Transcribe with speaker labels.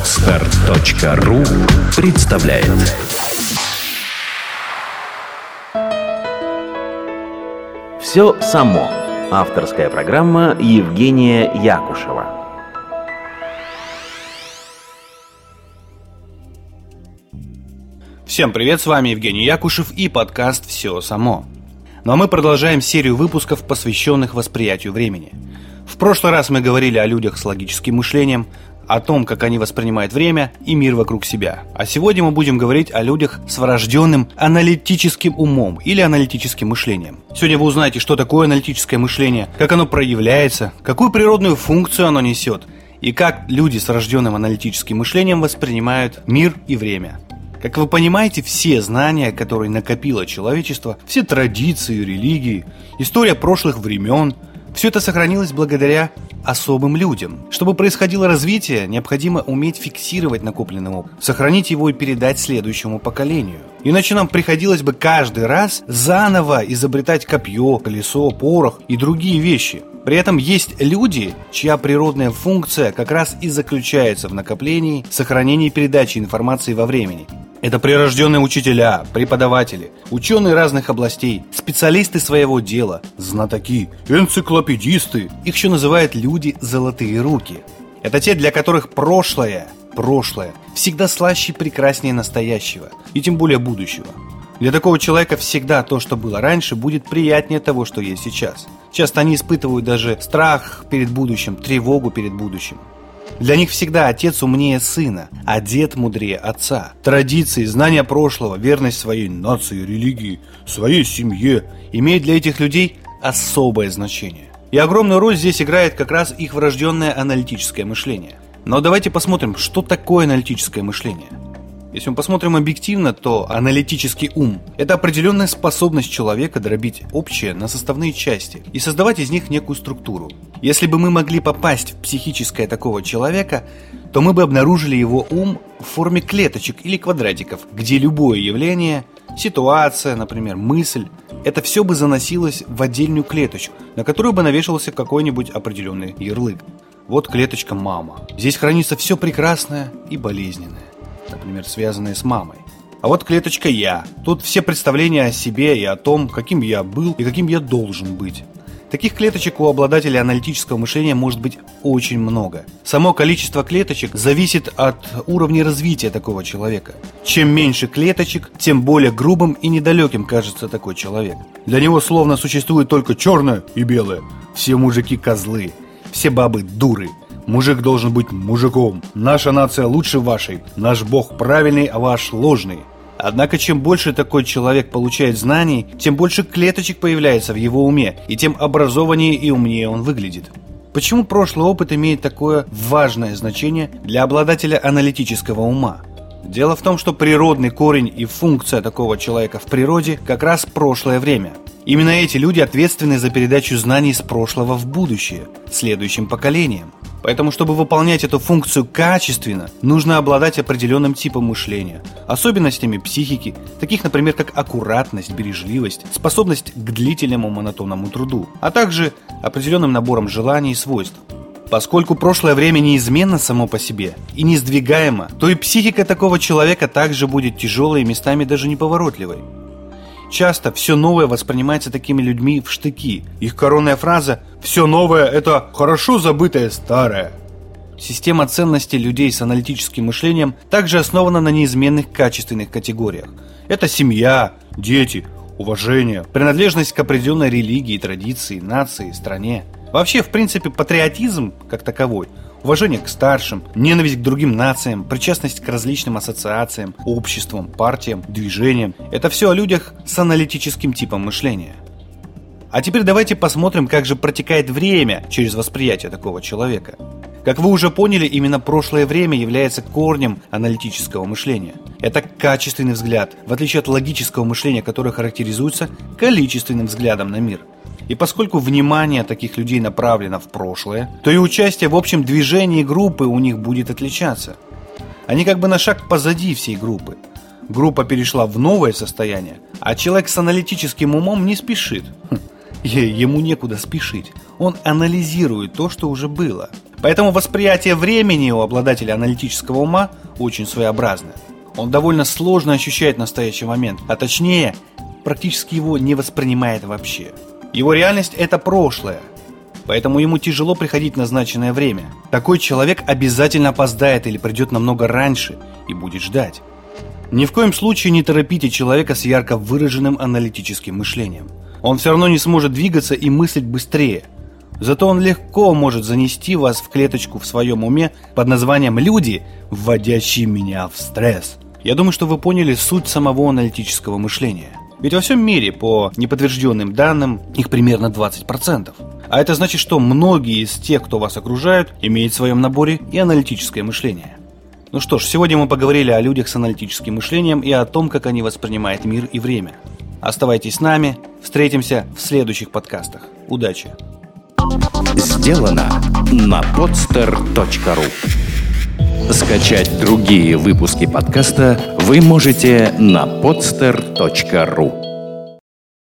Speaker 1: Podster.ru представляет. Все само. Авторская программа Евгения Якушева.
Speaker 2: Всем привет, с вами Евгений Якушев и подкаст «Все само». Ну а мы продолжаем серию выпусков, посвященных восприятию времени. В прошлый раз мы говорили о людях с логическим мышлением, о том, как они воспринимают время и мир вокруг себя. А сегодня мы будем говорить о людях с врожденным аналитическим умом или аналитическим мышлением. Сегодня вы узнаете, что такое аналитическое мышление, как оно проявляется, какую природную функцию оно несет и как люди с врожденным аналитическим мышлением воспринимают мир и время. Как вы понимаете, все знания, которые накопило человечество, все традиции, религии, история прошлых времен, все это сохранилось благодаря особым людям. Чтобы происходило развитие, необходимо уметь фиксировать накопленный опыт, сохранить его и передать следующему поколению. Иначе нам приходилось бы каждый раз заново изобретать копье, колесо, порох и другие вещи. При этом есть люди, чья природная функция как раз и заключается в накоплении, сохранении и передаче информации во времени. Это прирожденные учителя, преподаватели, ученые разных областей, специалисты своего дела, знатоки, энциклопедисты. Их еще называют люди «золотые руки». Это те, для которых прошлое всегда слаще и прекраснее настоящего, и тем более будущего. Для такого человека всегда то, что было раньше, будет приятнее того, что есть сейчас. Часто они испытывают даже страх перед будущим, тревогу перед будущим. Для них всегда отец умнее сына, а дед мудрее отца. Традиции, знания прошлого, верность своей нации, религии, своей семье имеют для этих людей особое значение. И огромную роль здесь играет как раз их врожденное аналитическое мышление. Но давайте посмотрим, что такое аналитическое мышление. Если мы посмотрим объективно, то аналитический ум – это определенная способность человека дробить общее на составные части и создавать из них некую структуру. Если бы мы могли попасть в психическое такого человека, то мы бы обнаружили его ум в форме клеточек или квадратиков, где любое явление, ситуация, например, мысль, это все бы заносилось в отдельную клеточку, на которую бы навешивался какой-нибудь определенный ярлык. Вот клеточка «мама». Здесь хранится все прекрасное и болезненное. Например, связанные с мамой. А вот клеточка «я». Тут все представления о себе и о том, каким я был и каким я должен быть. Таких клеточек у обладателя аналитического мышления может быть очень много. Само количество клеточек зависит от уровня развития такого человека. Чем меньше клеточек, тем более грубым и недалеким кажется такой человек. Для него словно существует только черное и белое. Все мужики козлы, все бабы дуры. Мужик должен быть мужиком. Наша нация лучше вашей. Наш бог правильный, а ваш ложный. Однако, чем больше такой человек получает знаний, тем больше клеточек появляется в его уме, и тем образованнее и умнее он выглядит. Почему прошлый опыт имеет такое важное значение для обладателя аналитического ума? Дело в том, что природный корень и функция такого человека в природе как раз прошлое время. Именно эти люди ответственны за передачу знаний с прошлого в будущее, следующим поколениям. Поэтому, чтобы выполнять эту функцию качественно, нужно обладать определенным типом мышления, особенностями психики, таких, например, как аккуратность, бережливость, способность к длительному монотонному труду, а также определенным набором желаний и свойств. Поскольку прошлое время неизменно само по себе и несдвигаемо, то и психика такого человека также будет тяжелой и местами даже неповоротливой. Часто все новое воспринимается такими людьми в штыки. Их коронная фраза «все новое – это хорошо забытое старое». Система ценностей людей с аналитическим мышлением также основана на неизменных качественных категориях. Это семья, дети, уважение, принадлежность к определенной религии, традиции, нации, стране. Вообще, в принципе, патриотизм как таковой, уважение к старшим, ненависть к другим нациям, причастность к различным ассоциациям, обществам, партиям, движениям – это все о людях с аналитическим типом мышления. А теперь давайте посмотрим, как же протекает время через восприятие такого человека. Как вы уже поняли, именно прошлое время является корнем аналитического мышления. Это качественный взгляд, в отличие от логического мышления, которое характеризуется количественным взглядом на мир. И поскольку внимание таких людей направлено в прошлое, то и участие в общем движении группы у них будет отличаться. Они как бы на шаг позади всей группы. Группа перешла в новое состояние, а человек с аналитическим умом не спешит. Ему некуда спешить. Он анализирует то, что уже было. Поэтому восприятие времени у обладателя аналитического ума очень своеобразное. Он довольно сложно ощущает настоящий момент, а точнее, практически его не воспринимает вообще. Его реальность – это прошлое, поэтому ему тяжело приходить в назначенное время. Такой человек обязательно опоздает или придет намного раньше и будет ждать. Ни в коем случае не торопите человека с ярко выраженным аналитическим мышлением. Он все равно не сможет двигаться и мыслить быстрее. Зато он легко может занести вас в клеточку в своем уме под названием «люди, вводящие меня в стресс». Я думаю, что вы поняли суть самого аналитического мышления. Ведь во всем мире, по неподтвержденным данным, их примерно 20%. А это значит, что многие из тех, кто вас окружают, имеют в своем наборе и аналитическое мышление. Ну что ж, сегодня мы поговорили о людях с аналитическим мышлением и о том, как они воспринимают мир и время. Оставайтесь с нами, встретимся в следующих подкастах. Удачи!
Speaker 1: Сделано на podster.ru. Скачать другие выпуски подкаста вы можете на podster.ru.